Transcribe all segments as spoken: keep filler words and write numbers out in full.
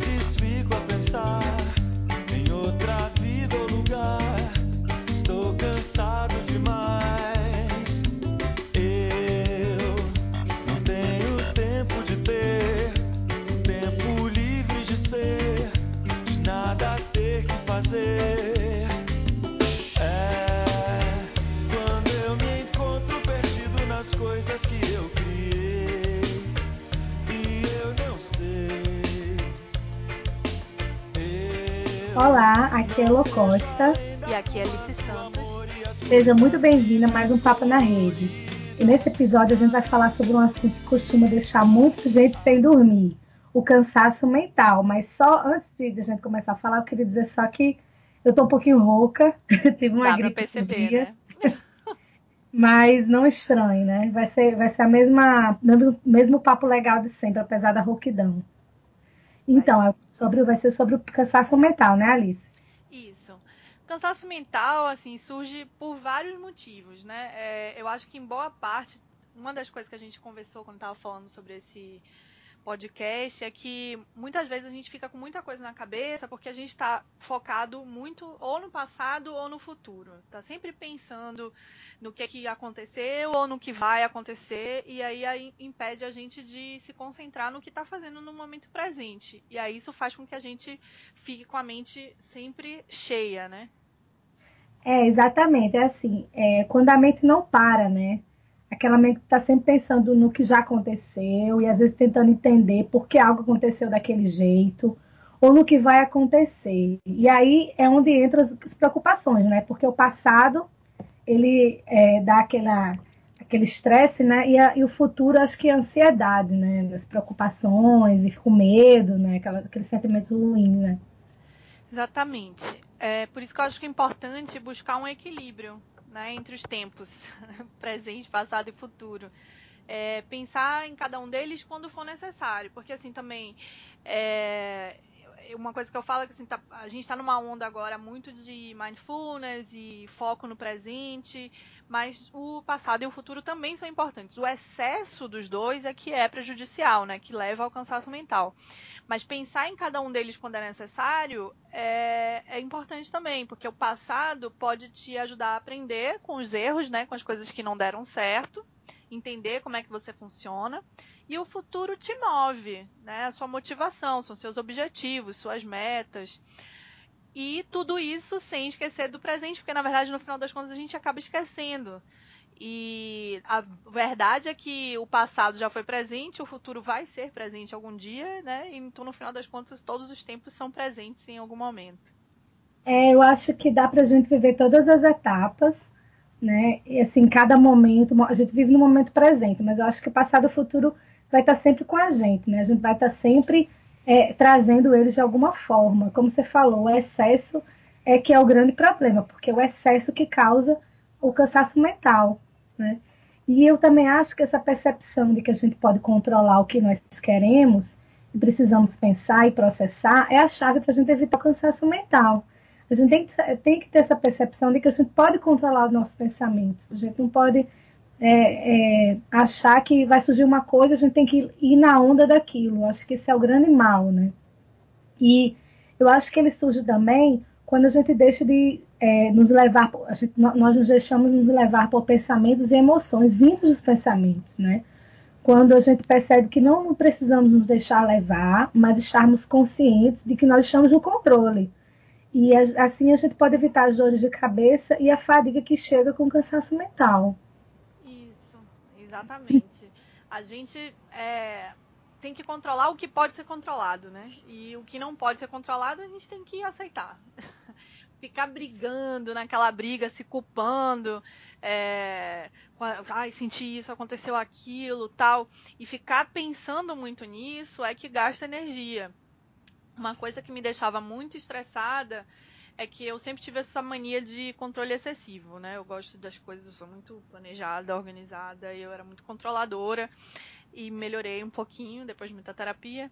vezes fico a pensar em outra vida ou lugar. Estou cansado demais. Eu não tenho tempo de ter, tempo livre de ser, de nada ter que fazer. É quando eu me encontro perdido nas coisas que eu criei e eu não sei. Olá, aqui é Elo Costa. E aqui é Alice Santos. Seja muito bem-vinda a mais um Papo na Rede. E nesse episódio a gente vai falar sobre um assunto que costuma deixar muita gente sem dormir, o cansaço mental. Mas só antes de a gente começar a falar, eu queria dizer só que eu tô um pouquinho rouca, tive uma Dá pra gripe esses perceber, dias, né? mas não estranhe, né? Vai ser, vai ser a mesma, mesmo, mesmo papo legal de sempre, apesar da rouquidão. Então, é sobre, vai ser sobre o cansaço mental, né, Alice? Isso. Cansaço mental, assim, surge por vários motivos, né? É, eu acho que em boa parte, uma das coisas que a gente conversou quando estava falando sobre esse podcast é que muitas vezes a gente fica com muita coisa na cabeça porque a gente está focado muito ou no passado ou no futuro. Está sempre pensando no que, que aconteceu ou no que vai acontecer e aí, aí impede a gente de se concentrar no que está fazendo no momento presente. E aí isso faz com que a gente fique com a mente sempre cheia, né? É, exatamente. É assim, é, quando a mente não para, né? Aquela mente que está sempre pensando no que já aconteceu e às vezes tentando entender por que algo aconteceu daquele jeito ou no que vai acontecer. E aí é onde entram as, as preocupações, né? Porque o passado, ele é, dá aquela, aquele estresse, né? E, a, e o futuro, acho que é a ansiedade, né? As preocupações e com medo, né? Aquela, aqueles sentimentos ruins, né? Exatamente. É por isso que eu acho que é importante buscar um equilíbrio, né, entre os tempos, presente, passado e futuro. É, pensar em cada um deles quando for necessário, porque assim também é, uma coisa que eu falo é que assim, tá, a gente está numa onda agora muito de mindfulness e foco no presente, mas o passado e o futuro também são importantes. O excesso dos dois é que é prejudicial, né, que leva ao cansaço mental. Mas pensar em cada um deles quando é necessário é, é importante também, porque o passado pode te ajudar a aprender com os erros, né, com as coisas que não deram certo, entender como é que você funciona, e o futuro te move, né, a sua motivação, são seus objetivos, suas metas. E tudo isso sem esquecer do presente, porque na verdade no final das contas a gente acaba esquecendo. E a verdade é que o passado já foi presente, o futuro vai ser presente algum dia, né? Então, no final das contas, todos os tempos são presentes em algum momento. É, eu acho que dá para a gente viver todas as etapas, né? E assim, cada momento, a gente vive no momento presente, mas eu acho que o passado e o futuro vai estar sempre com a gente, né? A gente vai estar sempre é, trazendo eles de alguma forma. Como você falou, o excesso é que é o grande problema, porque é o excesso que causa o cansaço mental, né? E eu também acho que essa percepção de que a gente pode controlar o que nós queremos e precisamos pensar e processar é a chave para a gente evitar o cansaço mental. A gente tem que, tem que ter essa percepção de que a gente pode controlar os nossos pensamentos. A gente não pode é, é, achar que vai surgir uma coisa, a gente tem que ir na onda daquilo. Eu acho que esse é o grande mal, né? E eu acho que ele surge também quando a gente deixa de é, nos levar, a gente, nós nos deixamos nos levar por pensamentos e emoções vindos dos pensamentos, né? Quando a gente percebe que não, não precisamos nos deixar levar, mas estarmos conscientes de que nós estamos no controle. E assim a gente pode evitar as dores de cabeça e a fadiga que chega com o cansaço mental. Isso, exatamente. A gente é, tem que controlar o que pode ser controlado, né? E o que não pode ser controlado, a gente tem que aceitar. Ficar brigando naquela briga, se culpando, é, ai, senti isso, aconteceu aquilo, tal, e ficar pensando muito nisso é que gasta energia. Uma coisa que me deixava muito estressada é que eu sempre tive essa mania de controle excessivo, né? Eu gosto das coisas, eu sou muito planejada, organizada, e eu era muito controladora e melhorei um pouquinho depois de muita terapia.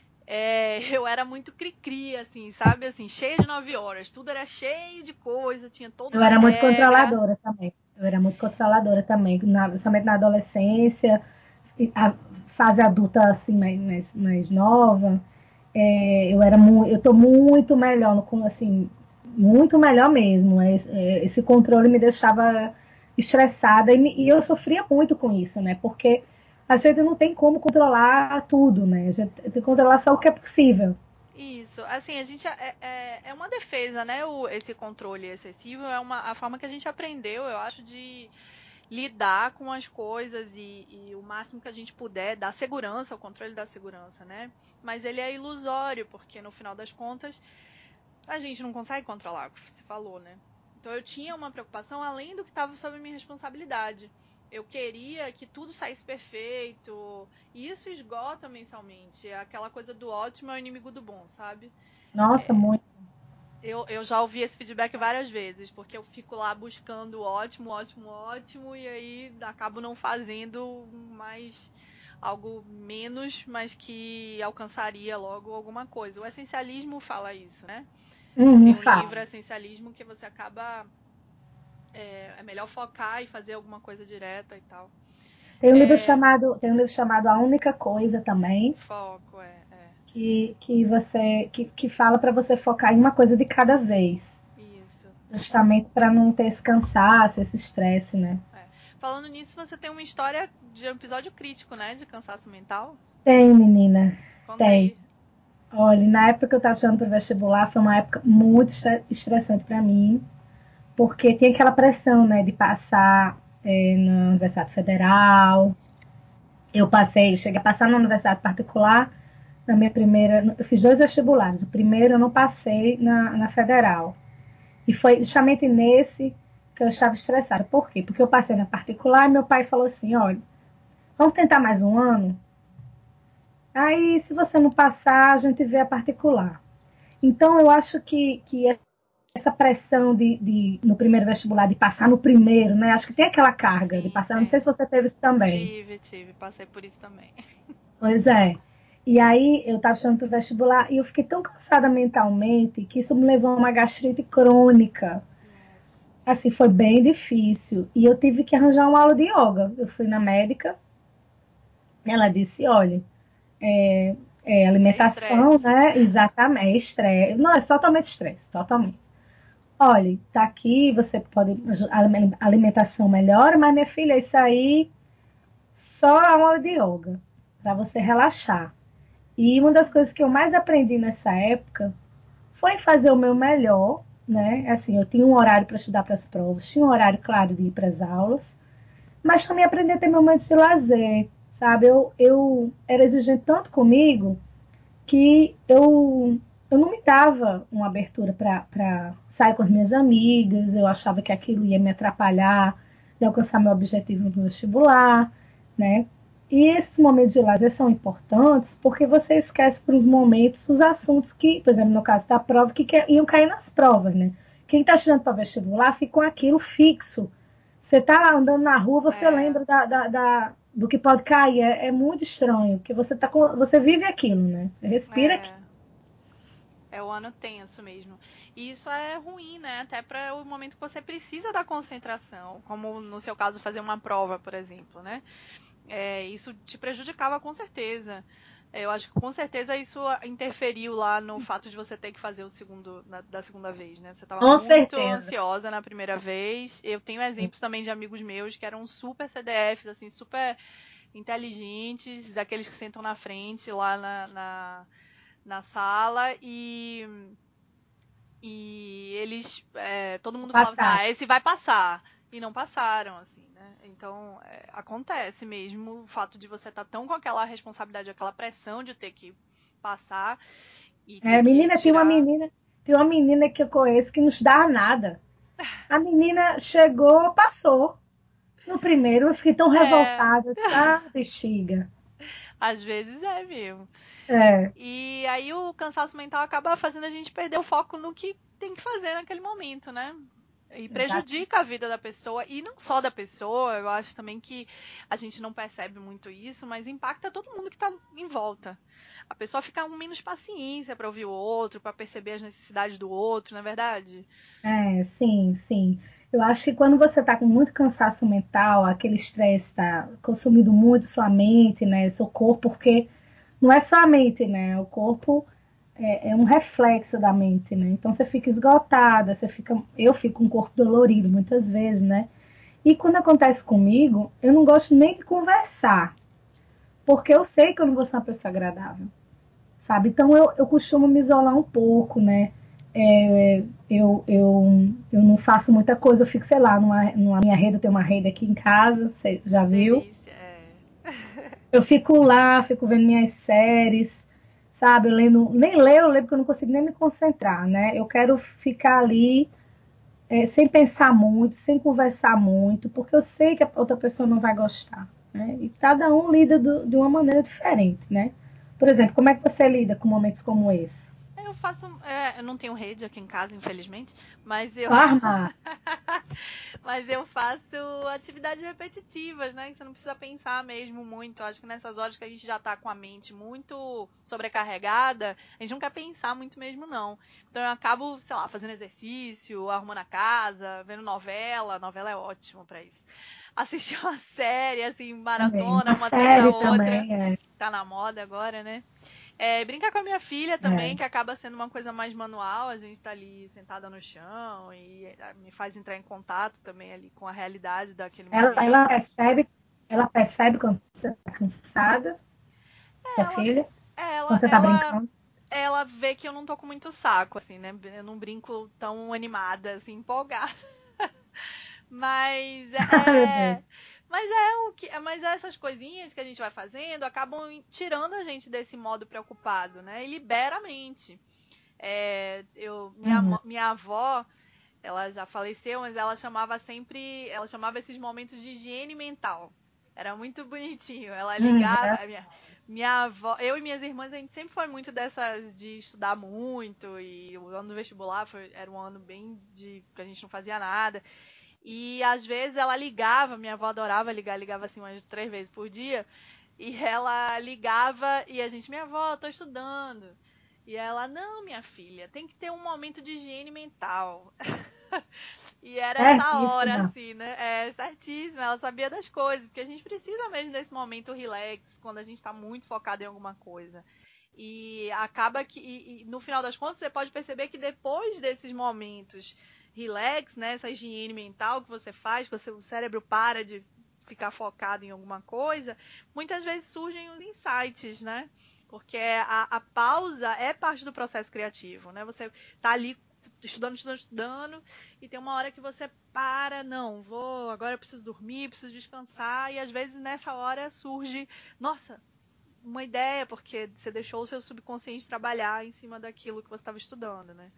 É, eu era muito cri-cri, assim, sabe? Assim, cheia de nove horas, tudo era cheio de coisa, tinha toda Eu uma era muito regra. controladora também. Eu era muito controladora também, na, principalmente na adolescência, a fase adulta assim mais, mais, mais nova. é, eu era mu eu tô muito melhor, no, assim, muito melhor mesmo. É, é, esse controle me deixava estressada e, me, e eu sofria muito com isso, né? Porque a gente não tem como controlar tudo, né? A gente tem que controlar só o que é possível. Isso, assim, a gente é, é, é uma defesa, né? O, esse controle excessivo é uma a forma que a gente aprendeu, eu acho, de lidar com as coisas e, e o máximo que a gente puder dar segurança, o controle da segurança, né? Mas ele é ilusório, porque no final das contas a gente não consegue controlar, o que você falou, né? Então eu tinha uma preocupação além do que estava sob minha responsabilidade. Eu queria que tudo saísse perfeito. E isso esgota mensalmente. É aquela coisa do ótimo é o inimigo do bom, sabe? Nossa, muito. Eu, eu já ouvi esse feedback várias vezes, porque eu fico lá buscando ótimo, ótimo, ótimo, e aí acabo não fazendo mais algo menos, mas que alcançaria logo alguma coisa. O essencialismo fala isso, né? Uhum, Tem um fala. livro essencialismo que você acaba é, é melhor focar e fazer alguma coisa direta e tal. Tem um livro É, chamado, tem um livro chamado A Única Coisa também, foco, é, é. que, que você que, que fala para você focar em uma coisa de cada vez, Isso. justamente para não ter esse cansaço, esse estresse, né? É. Falando nisso, você tem uma história de um episódio crítico, né? De cansaço mental? Tem, menina, Conta tem. aí. Olha, na época que eu estava estudando para o vestibular, foi uma época muito estressante para mim, porque tinha aquela pressão, né, de passar é, na Universidade Federal. Eu passei, cheguei a passar na Universidade Particular, na minha primeira. Eu fiz dois vestibulares. O primeiro eu não passei na, na Federal. E foi justamente nesse que eu estava estressada. Por quê? Porque eu passei na particular e meu pai falou assim: olha, vamos tentar mais um ano? Aí, se você não passar, a gente vê a particular. Então, eu acho que, que essa pressão de, de, no primeiro vestibular, de passar no primeiro, né? Acho que tem aquela carga de Sim, passar. Não sei se tem. você teve isso também. Tive, tive. Passei por isso também. Pois é. E aí, eu estava estudando para o vestibular e eu fiquei tão cansada mentalmente que isso me levou a uma gastrite crônica. Nossa. Assim, foi bem difícil. E eu tive que arranjar uma aula de yoga. Eu fui na médica, ela disse, olha, é, é É alimentação, estresse. né? Exatamente, é estresse. Não, é totalmente estresse, totalmente. Olha, tá aqui, você pode. A alimentação melhora, mas minha filha, isso aí só a aula de yoga, para você relaxar. E uma das coisas que eu mais aprendi nessa época foi fazer o meu melhor, né? Assim, eu tinha um horário para estudar para as provas, tinha um horário, claro, de ir para as aulas, mas também aprender a ter momentos de lazer, sabe? Eu, eu era exigente tanto comigo que eu, eu não me dava uma abertura para sair com as minhas amigas, eu achava que aquilo ia me atrapalhar de alcançar meu objetivo no vestibular, né? E esses momentos de lazer são importantes porque você esquece para os momentos os assuntos que, por exemplo, no caso da prova, que iam cair nas provas, né? Quem está estudando para vestibular fica com aquilo fixo. Você está lá andando na rua, você É, lembra da, da, da, do que pode cair. É, é muito estranho, porque você, tá com, você vive aquilo, né? Você respira aquilo. é. É o ano tenso mesmo. E isso é ruim, né? Até para o momento que você precisa da concentração, como no seu caso fazer uma prova, por exemplo, né? É, isso te prejudicava com certeza. É, eu acho que com certeza isso interferiu lá no fato de você ter que fazer o segundo na, da segunda vez, né? Você estava Com muito certeza. ansiosa na primeira vez. Eu tenho exemplos também de amigos meus que eram super C D Fs, assim, super inteligentes, daqueles que sentam na frente lá na, na, na sala e e eles, é, todo Vou mundo falava assim, passar. ah, esse vai passar. E não passaram, assim, né? Então, é, acontece mesmo o fato de você estar tão com aquela responsabilidade, aquela pressão de ter que passar e ter É, que menina, tem uma tirar. menina, tem uma menina que eu conheço que não dá nada. A menina chegou, passou. No primeiro, eu fiquei tão É, revoltada. Eu disse, ah, bexiga. às vezes é mesmo. É, E aí o cansaço mental acaba fazendo a gente perder o foco no que tem que fazer naquele momento, né? E exato. prejudica a vida da pessoa, e não só da pessoa, eu acho também que a gente não percebe muito isso, mas impacta todo mundo que está em volta. A pessoa fica com menos paciência para ouvir o outro, para perceber as necessidades do outro, não é verdade? É, sim, sim. Eu acho que quando você está com muito cansaço mental, aquele estresse está consumindo muito sua mente, né, seu corpo, porque não é só a mente, né? O corpo é, é um reflexo da mente, né? Então você fica esgotada, você fica, eu fico com o corpo dolorido muitas vezes, né? E quando acontece comigo, eu não gosto nem de conversar, porque eu sei que eu não vou ser uma pessoa agradável, sabe? Então eu, eu costumo me isolar um pouco, né? É, eu, eu, eu não faço muita coisa, eu fico, sei lá, numa, numa minha rede, eu tenho uma rede aqui em casa, você já viu? Delícia, é. Eu fico lá, fico vendo minhas séries, sabe? Lendo, nem leio, eu leio porque eu não consigo nem me concentrar, né? Eu quero ficar ali é, sem pensar muito, sem conversar muito, porque eu sei que a outra pessoa não vai gostar, né? E cada um lida do, de uma maneira diferente, né? Por exemplo, como é que você lida com momentos como esse? Eu faço. É, eu não tenho rede aqui em casa, infelizmente, mas eu. Arma. Mas eu faço atividades repetitivas, né? Que você não precisa pensar mesmo muito. Acho que nessas horas que a gente já tá com a mente muito sobrecarregada, a gente não quer pensar muito mesmo, não. Então eu acabo, sei lá, fazendo exercício, arrumando a casa, vendo novela. Novela é ótimo pra isso. Assistir uma série, assim, Também. maratona, Uma uma atrás da série outra. também, é. Tá na moda agora, né? É, brincar com a minha filha também, é. que acaba sendo uma coisa mais manual. A gente tá ali sentada no chão e é, me faz entrar em contato também ali com a realidade daquele Ela, ela momento. percebe, ela percebe quando você está cansada, É, sua ela, filha, ela, quando você está ela, brincando. ela vê que eu não tô com muito saco, assim, né? Eu não brinco tão animada, assim, empolgada. Mas Ai, meu Deus. é, mas é o que, mas essas coisinhas que a gente vai fazendo acabam tirando a gente desse modo preocupado, né? E libera a mente. É, eu, minha, Uhum. minha avó, ela já faleceu, mas ela chamava sempre, ela chamava esses momentos de higiene mental. Era muito bonitinho. Ela Uhum. ligava, a minha, minha avó, eu e minhas irmãs, a gente sempre foi muito dessas de estudar muito e o ano do vestibular foi, era um ano bem de que a gente não fazia nada. E às vezes ela ligava, minha avó adorava ligar, ligava assim umas três vezes por dia. E ela ligava e a gente, minha avó, tô estudando. E ela, não, minha filha, tem que ter um momento de higiene mental. E era essa hora, Certíssima. assim, né? É certíssima, ela sabia das coisas, porque a gente precisa mesmo desse momento relax, quando a gente tá muito focado em alguma coisa. E acaba que, e, e no final das contas, você pode perceber que depois desses momentos relax, né? Essa higiene mental que você faz, que você, o cérebro para de ficar focado em alguma coisa, muitas vezes surgem os insights, né? Porque a, a pausa é parte do processo criativo, né? Você tá ali estudando, estudando, estudando, e tem uma hora que você para, não, vou, agora eu preciso dormir, preciso descansar, e às vezes nessa hora surge, nossa, uma ideia, porque você deixou o seu subconsciente trabalhar em cima daquilo que você estava estudando, né?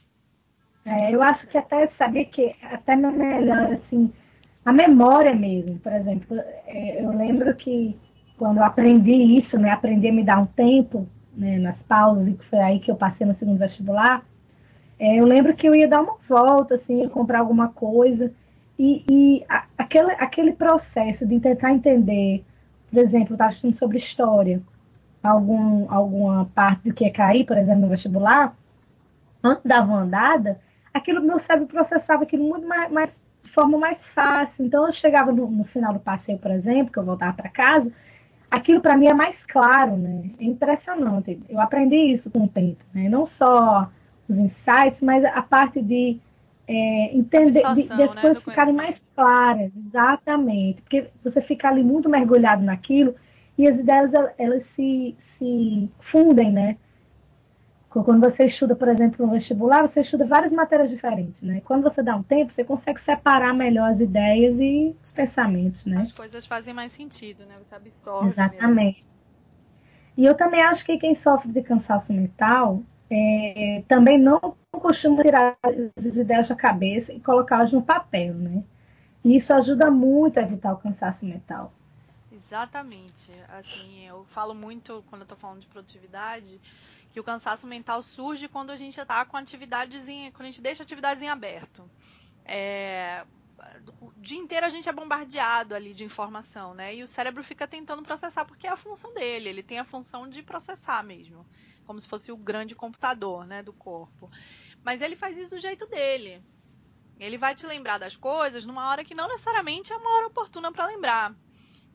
É, eu acho que até saber que até melhor assim a memória mesmo, por exemplo, é, eu lembro que quando eu aprendi isso, né, aprendi a me dar um tempo, né, nas pausas, e que foi aí que eu passei no segundo vestibular, é, eu lembro que eu ia dar uma volta, assim, ia comprar alguma coisa, e, e a, aquele, aquele processo de tentar entender, por exemplo, eu estava estudando sobre história, algum, alguma parte do que ia cair, por exemplo, no vestibular, antes dava uma andada, aquilo meu cérebro processava aquilo muito mais, mais de forma mais fácil. Então eu chegava no, no final do passeio, por exemplo, que eu voltava para casa, aquilo para mim é mais claro, né? É impressionante. Eu aprendi isso com o tempo, né? Não só os insights, mas a parte de é, entender, de, de Absorção, as né, do coisas ficarem mais conhecimento. claras, exatamente, porque você fica ali muito mergulhado naquilo e as ideias elas se, se fundem, né? Quando você estuda, por exemplo, no vestibular, você estuda várias matérias diferentes, né? Quando você dá um tempo, você consegue separar melhor as ideias e os pensamentos, né? As coisas fazem mais sentido, né? Você absorve melhor. Exatamente. E eu também acho que quem sofre de cansaço mental é, também não costuma tirar as ideias da cabeça e colocá-las no papel, né? E isso ajuda muito a evitar o cansaço mental. Exatamente. Assim, eu falo muito quando eu tô falando de produtividade, que o cansaço mental surge quando a gente está com atividades em, quando a gente deixa atividades em aberto. É, o dia inteiro a gente é bombardeado ali de informação, né? E o cérebro fica tentando processar porque é a função dele, ele tem a função de processar mesmo, como se fosse o grande computador, né, do corpo. Mas ele faz isso do jeito dele. Ele vai te lembrar das coisas numa hora que não necessariamente é uma hora oportuna para lembrar.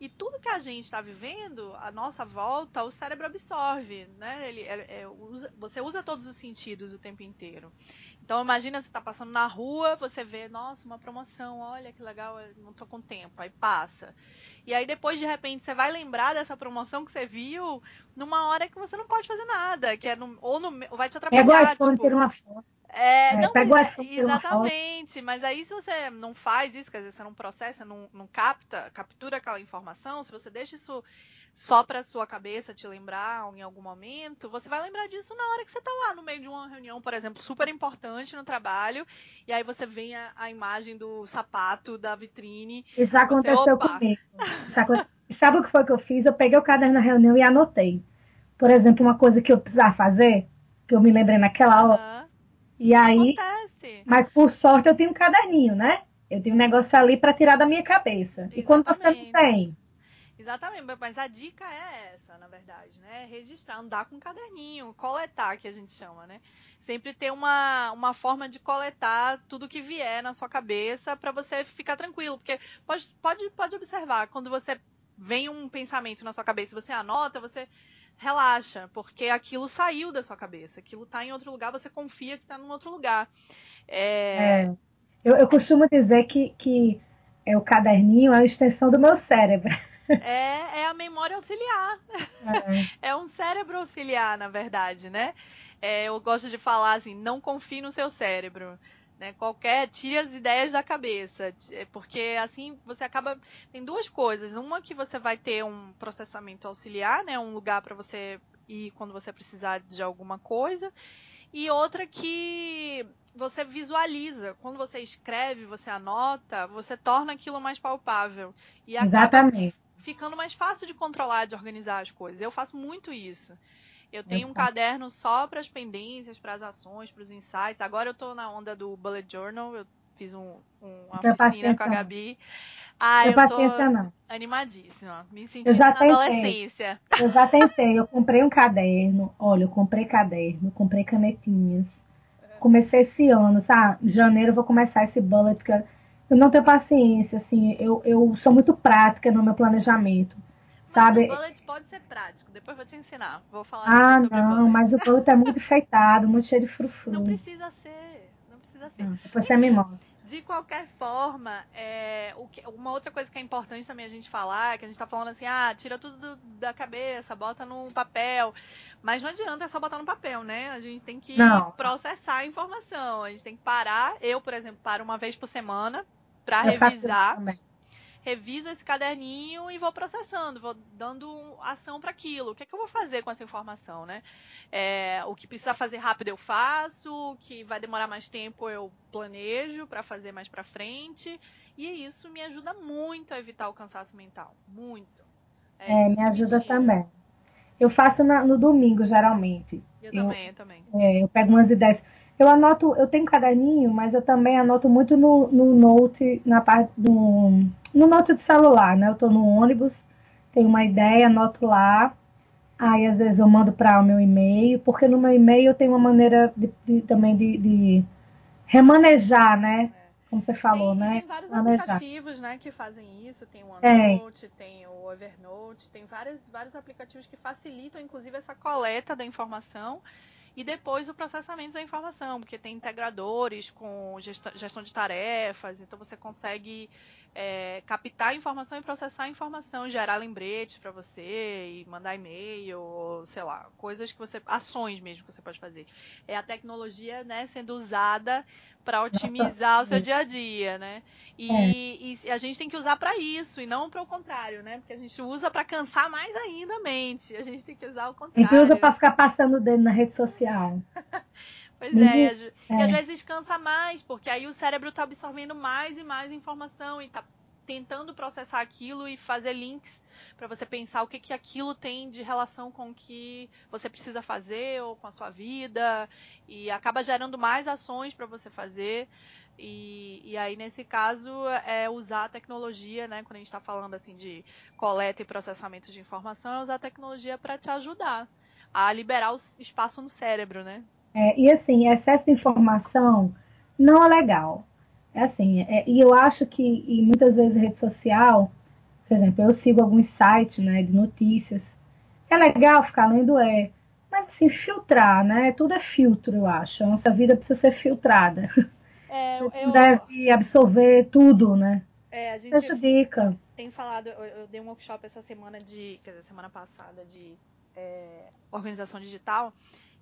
E tudo que a gente está vivendo, a nossa volta, o cérebro absorve, né? Ele, é, é, usa, você usa todos os sentidos o tempo inteiro. Então imagina você está passando na rua, você vê, nossa, uma promoção, olha que legal, eu não estou com tempo, aí passa. E aí depois, de repente, você vai lembrar dessa promoção que você viu numa hora que você não pode fazer nada, que é no, ou, no, ou vai te Pega o atrapalhar, iPhone, tipo... tira uma foto. É, É, não, pega mas o é iPhone, tira uma foto. exatamente. Mas aí se você não faz isso, quer dizer, você não processa, não, não capta, captura aquela informação, se você deixa isso só para sua cabeça te lembrar em algum momento, você vai lembrar disso na hora que você está lá no meio de uma reunião, por exemplo, super importante no trabalho, e aí você vê a, a imagem do sapato da vitrine E já e você, aconteceu opa, comigo. Já, sabe o que foi que eu fiz? Eu peguei o caderno na reunião e anotei. Por exemplo, uma coisa que eu precisava fazer, que eu me lembrei naquela hora. uh-huh, E aí, acontece. mas por sorte eu tenho um caderninho, né? Eu tenho um negócio ali para tirar da minha cabeça. E quando você não Exatamente. tem? Exatamente, mas a dica é essa, na verdade, né? Registrar, andar com um caderninho, coletar, que a gente chama, né? Sempre ter uma, uma forma de coletar tudo que vier na sua cabeça para você ficar tranquilo, porque pode, pode, pode observar, quando você vem um pensamento na sua cabeça e você anota, você relaxa, porque aquilo saiu da sua cabeça, aquilo está em outro lugar, você confia que está em outro lugar. É, É, eu, eu costumo dizer que, que é, o caderninho é a extensão do meu cérebro. é, é a memória auxiliar. É, É um cérebro auxiliar, na verdade, né? É, eu gosto de falar assim, não confie no seu cérebro. Né? Qualquer, tire as ideias da cabeça. Porque assim você acaba. Tem duas coisas. Uma que você vai ter um processamento auxiliar, né? Um lugar para você ir quando você precisar de alguma coisa. E outra que você visualiza. Quando você escreve, você anota, você torna aquilo mais palpável. E acaba exatamente. ficando mais fácil de controlar, de organizar as coisas. Eu faço muito isso. Eu Eu tenho um faço. caderno só para as pendências, para as ações, para os insights. Agora eu estou na onda do Bullet Journal. Eu fiz um, um, Não uma tenho oficina com a paciência, não. Não Gabi. Ah, tenho eu tô paciência, não. animadíssima. Me Eu sentindo já na tentei. adolescência. Eu já tentei. Eu comprei um caderno. Olha, eu comprei caderno, comprei canetinhas. Comecei esse ano, sabe? Em janeiro eu vou começar esse bullet, porque eu não tenho paciência, assim. Eu, eu sou muito prática no meu planejamento, Mas o sabe? bullet pode ser prático. Depois eu vou te ensinar. Vou falar depois Ah, sobre o não, bullet. mas o bullet é muito enfeitado, muito cheio de Não frufru. precisa ser, não precisa ser. Ah, depois você me Enfim, mostra. de qualquer forma, é, o que, uma outra coisa que é importante também a gente falar, que a gente tá falando assim, ah, tira tudo do, da cabeça, bota no papel. Mas não adianta só botar no papel, né? A gente tem que Não, processar a informação, a gente tem que parar. Eu, por exemplo, paro uma vez por semana para eu faço isso revisar, também. reviso esse caderninho e vou processando, vou dando ação para aquilo. O que é que eu vou fazer com essa informação, né? É, o que precisa fazer rápido eu faço, o que vai demorar mais tempo eu planejo para fazer mais para frente. E isso me ajuda muito a evitar o cansaço mental, muito. É É, isso me que me ajuda tira. também. Eu faço na- no domingo, geralmente. Eu Eu, também, eu também. é, eu pego umas ideias. Eu anoto, eu tenho um caderninho, mas eu também anoto muito no, no Note, na parte do, no Note do celular, né? Eu estou no ônibus, tenho uma ideia, anoto lá. Aí às vezes eu mando para o meu e-mail, porque no meu e-mail eu tenho uma maneira de, de- também de, de remanejar, né? É. Como você falou, Tem, e né? tem vários Manejar. aplicativos, né, que fazem isso. Tem o Tem, OneNote, tem o Evernote, tem vários, vários aplicativos que facilitam, inclusive, essa coleta da informação e depois o processamento da informação, porque tem integradores com gestão de tarefas, então você consegue é, captar a informação e processar a informação, gerar lembretes para você e mandar e-mail, ou, sei lá, coisas que você, ações mesmo que você pode fazer. É a tecnologia, né, sendo usada para nossa, otimizar o seu dia a isso. dia, né? É. E, e a gente tem que usar para isso e não para o contrário, né? Porque a gente usa para cansar mais ainda a mente. A gente tem que usar o A gente usa para contrário. ficar passando o dedo na rede social. Pois é, e Menino, às, e às é, vezes cansa mais, porque aí o cérebro está absorvendo mais e mais informação e está tentando processar aquilo e fazer links para você pensar o que, que aquilo tem de relação com o que você precisa fazer ou com a sua vida, e acaba gerando mais ações para você fazer. E, e aí, nesse caso, é usar a tecnologia, né? Quando a gente está falando assim de coleta e processamento de informação, é usar a tecnologia para te ajudar a liberar o espaço no cérebro, né? é, e assim, excesso de informação não é legal. É assim, é, e eu acho que e muitas vezes a rede social Por exemplo, eu sigo alguns sites, né, de notícias. É legal ficar lendo, é. Mas assim, filtrar, né? Tudo é filtro, eu acho. A nossa vida precisa ser filtrada. É, A gente não eu, deve absorver tudo, né? é, a gente Prejudica. tem falado, eu, eu dei um workshop essa semana de, quer dizer, semana passada de é, organização digital.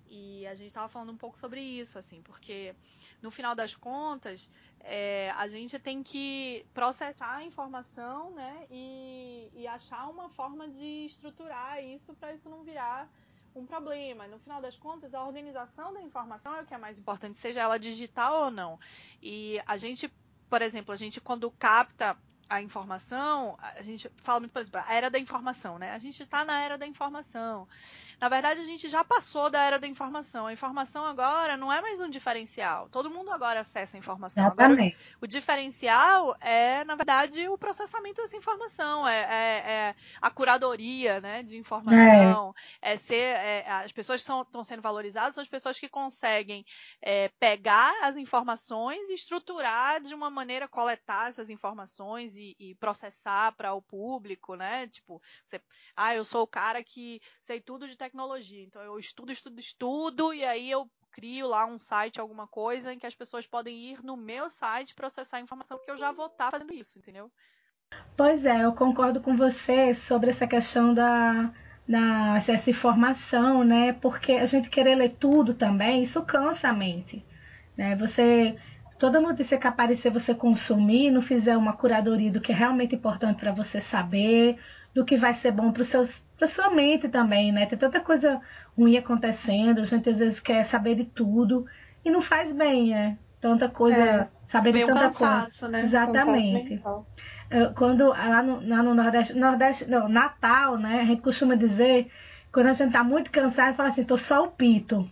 E a gente estava falando um pouco sobre isso, assim, porque no final das contas, é, a gente tem que processar a informação, né, e, e achar uma forma de estruturar isso para isso não virar um problema. No final das contas, a organização da informação é o que é mais importante, seja ela digital ou não. E a gente, por exemplo, a gente quando capta a informação, a gente fala muito, por exemplo, a era da informação, né? A gente está na era da informação. Na verdade, a gente já passou da era da informação. A informação agora não é mais um diferencial. Todo mundo agora acessa a informação. Agora, Exatamente. o, o diferencial é, na verdade, o processamento dessa informação, é, é, é a curadoria, né, de informação, é, é ser, é, as pessoas que estão sendo valorizadas são as pessoas que conseguem é, pegar as informações e estruturar de uma maneira, coletar essas informações e, e processar para o público, né? Tipo, você, ah, eu sou o cara que sei tudo de tecnologia, então eu estudo, estudo, estudo, e aí eu crio lá um site, alguma coisa, em que as pessoas podem ir no meu site processar a informação, porque eu já vou estar fazendo isso, entendeu? Pois é, eu concordo com você sobre essa questão da, da essa informação, né? Porque a gente querer ler tudo também, isso cansa a mente, né? Você toda notícia que aparecer você consumir, não fizer uma curadoria do que é realmente importante para você saber, do que vai ser bom para seus para sua mente também, né? Tem tanta coisa ruim acontecendo, a gente às vezes quer saber de tudo e não faz bem, né? Tanta coisa, É, saber de meio tanta coisa. cansaço, né? Cansaço Exatamente. mental. Eu, quando lá no, lá no Nordeste, Nordeste, não, Natal, né? A gente costuma dizer, quando a gente tá muito cansado, fala assim, tô só o pito.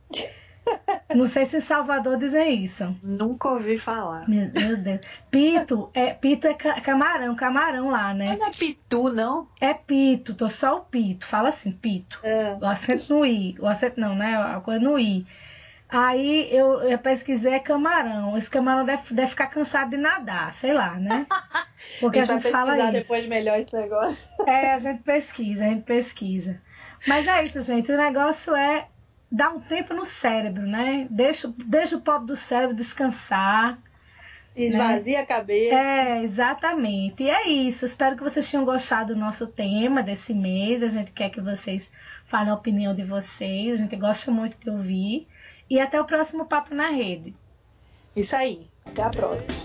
Não sei se em Salvador dizem isso. Nunca ouvi falar. Meu, meu Deus. Pito é, pito é ca- camarão, camarão lá, né? Mas não é pitu, não? É pito, tô só o pito. Fala assim, pito. É. O acento no i. O acento não, né? A coisa no i. Aí eu, eu pesquisei é camarão. Esse camarão deve, deve ficar cansado de nadar, sei lá, né? Porque A a gente vai gente fala pesquisar isso. depois melhor esse negócio. É, a gente pesquisa, a gente pesquisa. Mas é isso, gente. O negócio é dar um tempo no cérebro, né? Deixa, deixa o pobre do cérebro descansar. Esvazia a cabeça. É, exatamente. E é isso. Espero que vocês tenham gostado do nosso tema desse mês. A gente quer que vocês falem a opinião de vocês. A gente gosta muito de ouvir. E até o próximo Papo na Rede. Isso aí. Até a próxima.